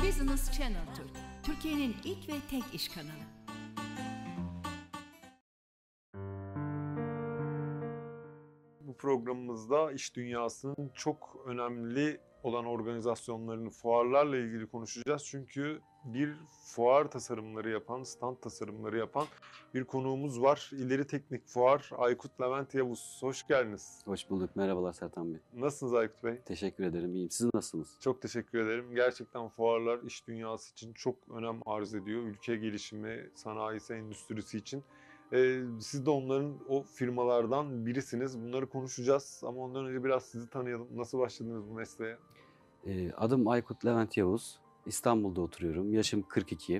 Business Channel Türk, Türkiye'nin ilk ve tek iş kanalı. Bu programımızda iş dünyasının çok önemli olan organizasyonlarını, fuarlarla ilgili konuşacağız. Çünkü bir fuar tasarımları yapan, stand tasarımları yapan bir konuğumuz var. İleri Teknik Fuar, Aykut Levent Yavuz. Hoş geldiniz. Hoş bulduk. Merhabalar Sertan Bey. Nasılsınız Aykut Bey? Teşekkür ederim. İyiyim. Siz nasılsınız? Çok teşekkür ederim. Gerçekten fuarlar iş dünyası için çok önem arz ediyor. Ülke gelişimi, sanayisi, endüstrisi için. Siz de onların o firmalardan birisiniz. Bunları konuşacağız ama ondan önce biraz sizi tanıyalım. Nasıl başladınız bu mesleğe? Adım Aykut Levent Yavuz. İstanbul'da oturuyorum. Yaşım 42.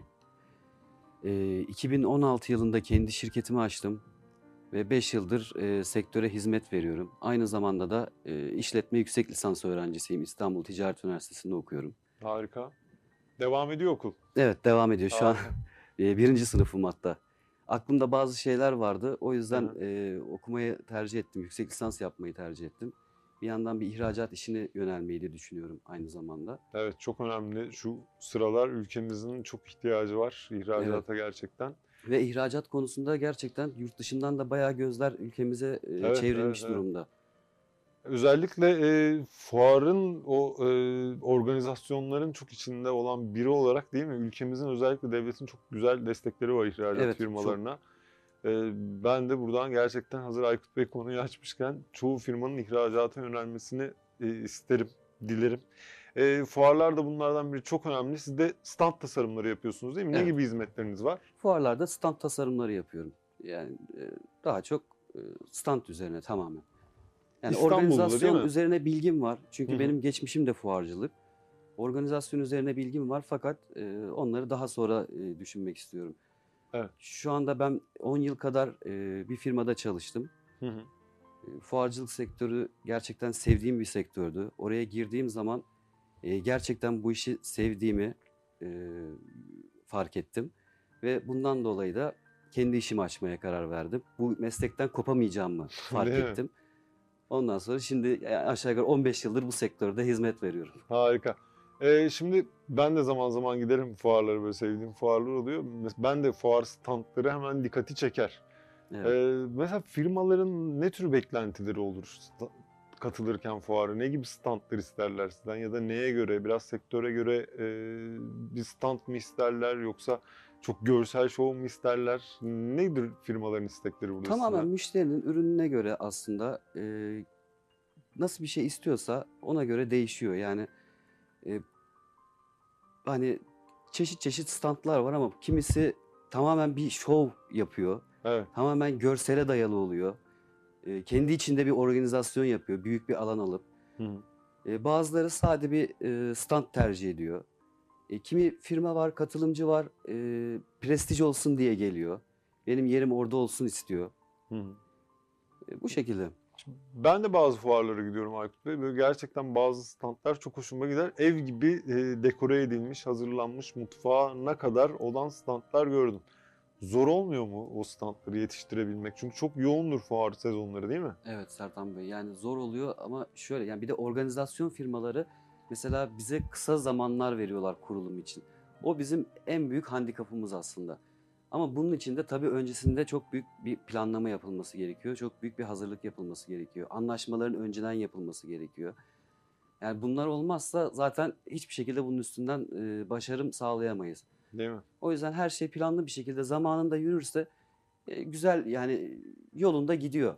2016 yılında kendi şirketimi açtım ve 5 yıldır sektöre hizmet veriyorum. Aynı zamanda da işletme yüksek lisans öğrencisiyim. İstanbul Ticaret Üniversitesi'nde okuyorum. Harika. Devam ediyor okul. Evet, devam ediyor. Şu an Harika. birinci sınıfım hatta. Aklımda bazı şeyler vardı. O yüzden Hı okumayı tercih ettim. Yüksek lisans yapmayı tercih ettim. Bir yandan bir ihracat işine yönelmeyi de düşünüyorum aynı zamanda. Evet, çok önemli. Şu sıralar ülkemizin çok ihtiyacı var ihracata gerçekten. Ve ihracat konusunda gerçekten yurt dışından da bayağı gözler ülkemize Evet, çevrilmiş evet. durumda. Özellikle fuarın o organizasyonların çok içinde olan biri olarak değil mi? Ülkemizin özellikle devletin çok güzel destekleri var ihracat Evet, firmalarına. Ben de buradan gerçekten hazır Aykut Bey konuyu açmışken çoğu firmanın ihracata yönelmesini isterim, dilerim. Fuarlar da bunlardan biri, çok önemli. Siz de stand tasarımları yapıyorsunuz değil mi? Ne Evet. gibi hizmetleriniz var? Fuarlarda stand tasarımları yapıyorum. Yani daha çok stand üzerine tamamen. Yani İstanbul'da değil organizasyon mi? üzerine bilgim var. Çünkü Hı hı. benim geçmişim de fuarcılık. Organizasyon üzerine bilgim var fakat onları daha sonra düşünmek istiyorum. Evet. Şu anda ben 10 yıl kadar bir firmada çalıştım. Hı hı. Fuarcılık sektörü gerçekten sevdiğim bir sektördü. Oraya girdiğim zaman gerçekten bu işi sevdiğimi fark ettim. Ve bundan dolayı da kendi işimi açmaya karar verdim. Bu meslekten kopamayacağımı fark Değil mi? ettim. Ondan sonra şimdi aşağı yukarı 15 yıldır bu sektörde hizmet veriyorum. Harika. Şimdi ben de zaman zaman giderim fuarlara, böyle sevdiğim fuarlar oluyor. Ben de fuar standları hemen dikkati çeker. Evet. Mesela firmaların ne tür beklentileri olur katılırken fuara? Ne gibi standlar isterler sizden ya da neye göre, biraz sektöre göre bir stand mı isterler yoksa çok görsel şov mu isterler? Nedir firmaların istekleri burada Tamamen sizden? müşterinin ürününe göre aslında nasıl bir şey istiyorsa ona göre değişiyor. Yani e, hani çeşit çeşit standlar var ama kimisi tamamen bir şov yapıyor. Evet. Tamamen görsele dayalı oluyor. Kendi içinde bir organizasyon yapıyor. Büyük bir alan alıp. Hı hı. Bazıları sade bir stand tercih ediyor. Kimi firma var, katılımcı var. Prestij olsun diye geliyor. Benim yerim orada olsun istiyor. Hı hı. Bu şekilde. Ben de bazı fuarlara gidiyorum Aykut Bey. Böyle gerçekten bazı standlar çok hoşuma gider. Ev gibi dekore edilmiş, hazırlanmış, mutfağına kadar olan standlar gördüm. Zor olmuyor mu o standları yetiştirebilmek? Çünkü çok yoğundur fuar sezonları değil mi? Evet Sertan Bey, yani zor oluyor ama şöyle, yani bir de organizasyon firmaları mesela bize kısa zamanlar veriyorlar kurulum için. O bizim en büyük handikapımız aslında. Ama bunun için de tabii öncesinde çok büyük bir planlama yapılması gerekiyor. Çok büyük bir hazırlık yapılması gerekiyor. Anlaşmaların önceden yapılması gerekiyor. Yani bunlar olmazsa zaten hiçbir şekilde bunun üstünden başarım sağlayamayız. Değil mi? O yüzden her şey planlı bir şekilde zamanında yürürse güzel, yani yolunda gidiyor.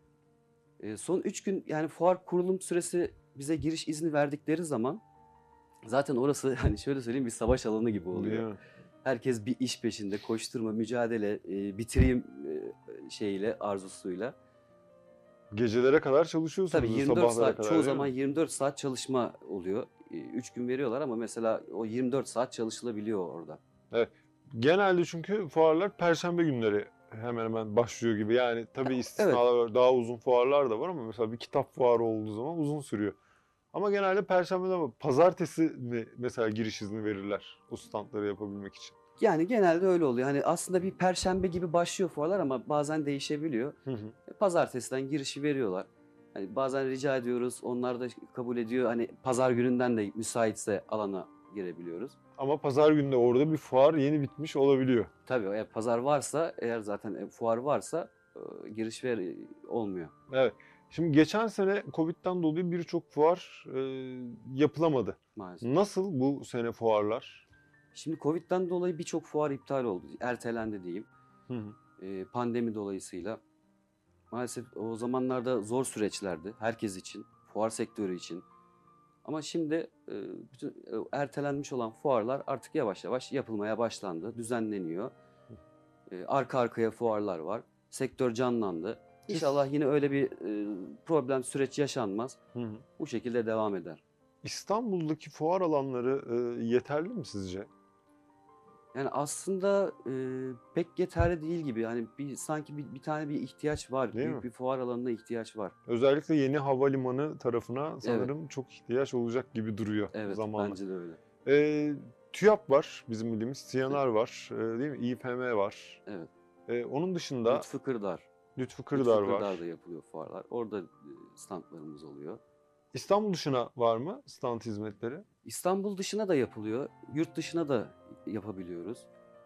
Son 3 gün, yani fuar kurulum süresi bize giriş izni verdikleri zaman zaten orası hani şöyle söyleyeyim, bir savaş alanı gibi Değil oluyor. mi? Herkes bir iş peşinde, koşturma, mücadele, bitireyim şeyiyle, arzusuyla. Geceleri kadar Tabii çalışıyorsunuz, 24 sabahlara saat, kadar çoğu değil zaman mi? 24 saat çalışma oluyor. 3 gün veriyorlar ama mesela o 24 saat çalışılabiliyor orada. Evet. Genelde çünkü fuarlar Perşembe günleri hemen hemen başlıyor gibi. Yani tabii Evet. istisnalar var, daha uzun fuarlar da var ama mesela bir kitap fuarı olduğu zaman uzun sürüyor. Ama genelde Perşembe'de, ama Pazartesi mi mesela giriş izni verirler o standları yapabilmek için? Yani genelde öyle oluyor. Hani aslında bir perşembe gibi başlıyor fuarlar ama bazen değişebiliyor. Hı hı. Pazartesiden girişi veriyorlar. Hani bazen rica ediyoruz, onlar da kabul ediyor. Hani pazar gününden de müsaitse alana girebiliyoruz. Ama pazar günü de orada bir fuar yeni bitmiş olabiliyor. Tabii eğer pazar varsa, eğer zaten fuar varsa giriş olmuyor. Evet. Şimdi geçen sene Covid'den dolayı birçok fuar yapılamadı. Maalesef. Nasıl bu sene fuarlar? Şimdi Covid'den dolayı birçok fuar iptal oldu. Ertelendi diyeyim. Hı hı. Pandemi dolayısıyla. Maalesef o zamanlarda zor süreçlerdi herkes için, fuar sektörü için. Ama şimdi bütün ertelenmiş olan fuarlar artık yavaş yavaş yapılmaya başlandı, düzenleniyor. Arka arkaya fuarlar var, sektör canlandı. İnşallah yine öyle bir problem, süreç yaşanmaz. Hı hı. Bu şekilde devam eder. İstanbul'daki fuar alanları yeterli mi sizce? Yani aslında pek yeterli değil gibi. Hani sanki bir tane bir ihtiyaç var. Değil Büyük mi? bir fuar alanına ihtiyaç var. Özellikle yeni havalimanı tarafına sanırım çok ihtiyaç olacak gibi duruyor Evet, zamanla. bence de öyle. TÜYAP var bizim bildiğimiz, CNR var, değil mi? İFM var. Evet. Onun dışında Lütfü Kırdar. Lütfü Lütfü Kırdar var. Kırdar'da yapılıyor fuarlar. Orada standlarımız oluyor. İstanbul dışına var mı stand hizmetleri? İstanbul dışına da yapılıyor. Yurt dışına da yapabiliyoruz.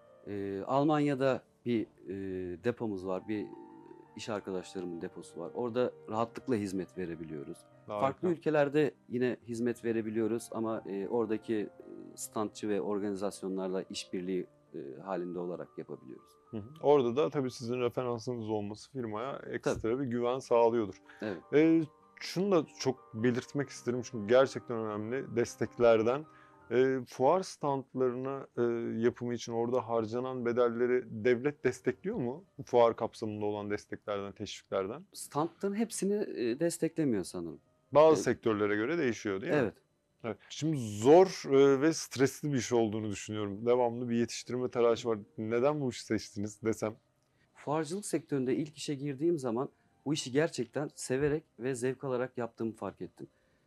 Almanya'da bir depomuz var. Bir iş arkadaşlarımın deposu var. Orada rahatlıkla hizmet verebiliyoruz. Harika. Farklı ülkelerde yine hizmet verebiliyoruz ama oradaki standçı ve organizasyonlarla işbirliği halinde olarak yapabiliyoruz. Hı hı. Orada da tabii sizin referansınız olması firmaya ekstra bir güven sağlıyordur. Evet. Şunu da çok belirtmek isterim çünkü gerçekten önemli desteklerden. Fuar standlarına yapımı için orada harcanan bedelleri devlet destekliyor mu? Fuar kapsamında olan desteklerden, teşviklerden. Standların hepsini desteklemiyor sanırım. Bazı Evet. sektörlere göre değişiyor değil mi? Evet. Evet. Şimdi zor ve stresli bir iş olduğunu düşünüyorum. Devamlı bir yetiştirme telaşı var. Neden bu işi seçtiniz desem? Fuarcılık sektöründe ilk işe girdiğim zaman bu işi gerçekten severek ve zevk alarak yaptığımı fark ettim.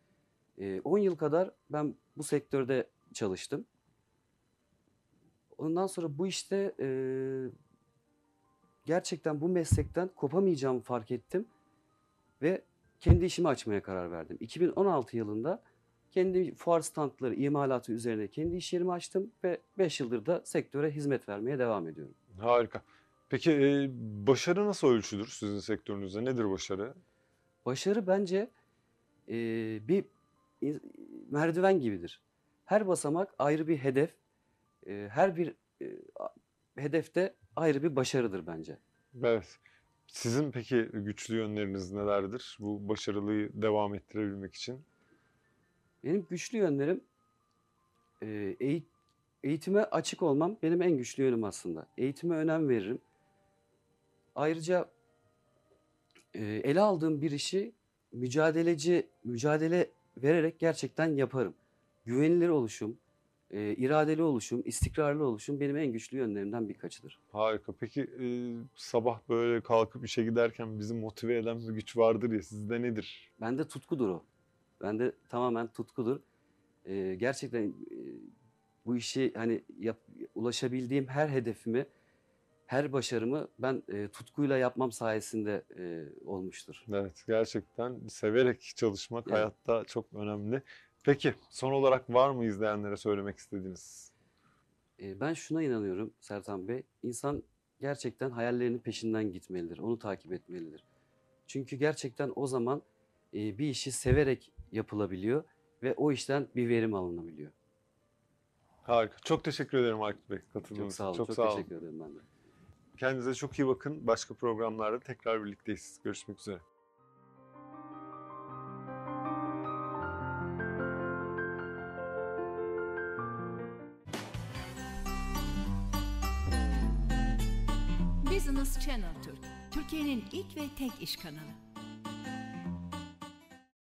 10 yıl kadar ben bu sektörde çalıştım. Ondan sonra bu işte gerçekten bu meslekten kopamayacağımı fark ettim ve kendi işimi açmaya karar verdim. 2016 yılında kendi fuar standları, imalatı üzerine kendi iş yerimi açtım ve 5 yıldır da sektöre hizmet vermeye devam ediyorum. Harika. Peki başarı nasıl ölçülür sizin sektörünüzde? Nedir başarı? Başarı bence bir merdiven gibidir. Her basamak ayrı bir hedef. Her bir hedefte ayrı bir başarıdır bence. Evet. Sizin peki güçlü yönleriniz nelerdir bu başarılıyı devam ettirebilmek için? Benim güçlü yönlerim eğitime açık olmam benim en güçlü yönüm aslında. Eğitime önem veririm. Ayrıca ele aldığım bir işi mücadele vererek gerçekten yaparım. Güvenilir oluşum, iradeli oluşum, istikrarlı oluşum benim en güçlü yönlerimden birkaçıdır. Harika. Peki sabah böyle kalkıp işe giderken bizi motive eden bir güç vardır ya, sizde nedir? Bende tutkudur o. Bende tamamen tutkudur. Gerçekten bu işi hani ulaşabildiğim her hedefimi, her başarımı ben tutkuyla yapmam sayesinde olmuştur. Evet, gerçekten severek çalışmak Evet. hayatta çok önemli. Peki son olarak var mı izleyenlere söylemek istediğiniz? Ben şuna inanıyorum Sertan Bey. İnsan gerçekten hayallerinin peşinden gitmelidir. Onu takip etmelidir. Çünkü gerçekten o zaman bir işi severek yapılabiliyor ve o işten bir verim alınabiliyor. Harika. Çok teşekkür ederim Aykut Bey Çok katıldığınız sağ için. olun. Çok sağ olun. teşekkür ederim ben de. Kendinize çok iyi bakın. Başka programlarda tekrar birlikteyiz. Görüşmek üzere. Business Channel Türk, Türkiye'nin ilk ve tek iş kanalı.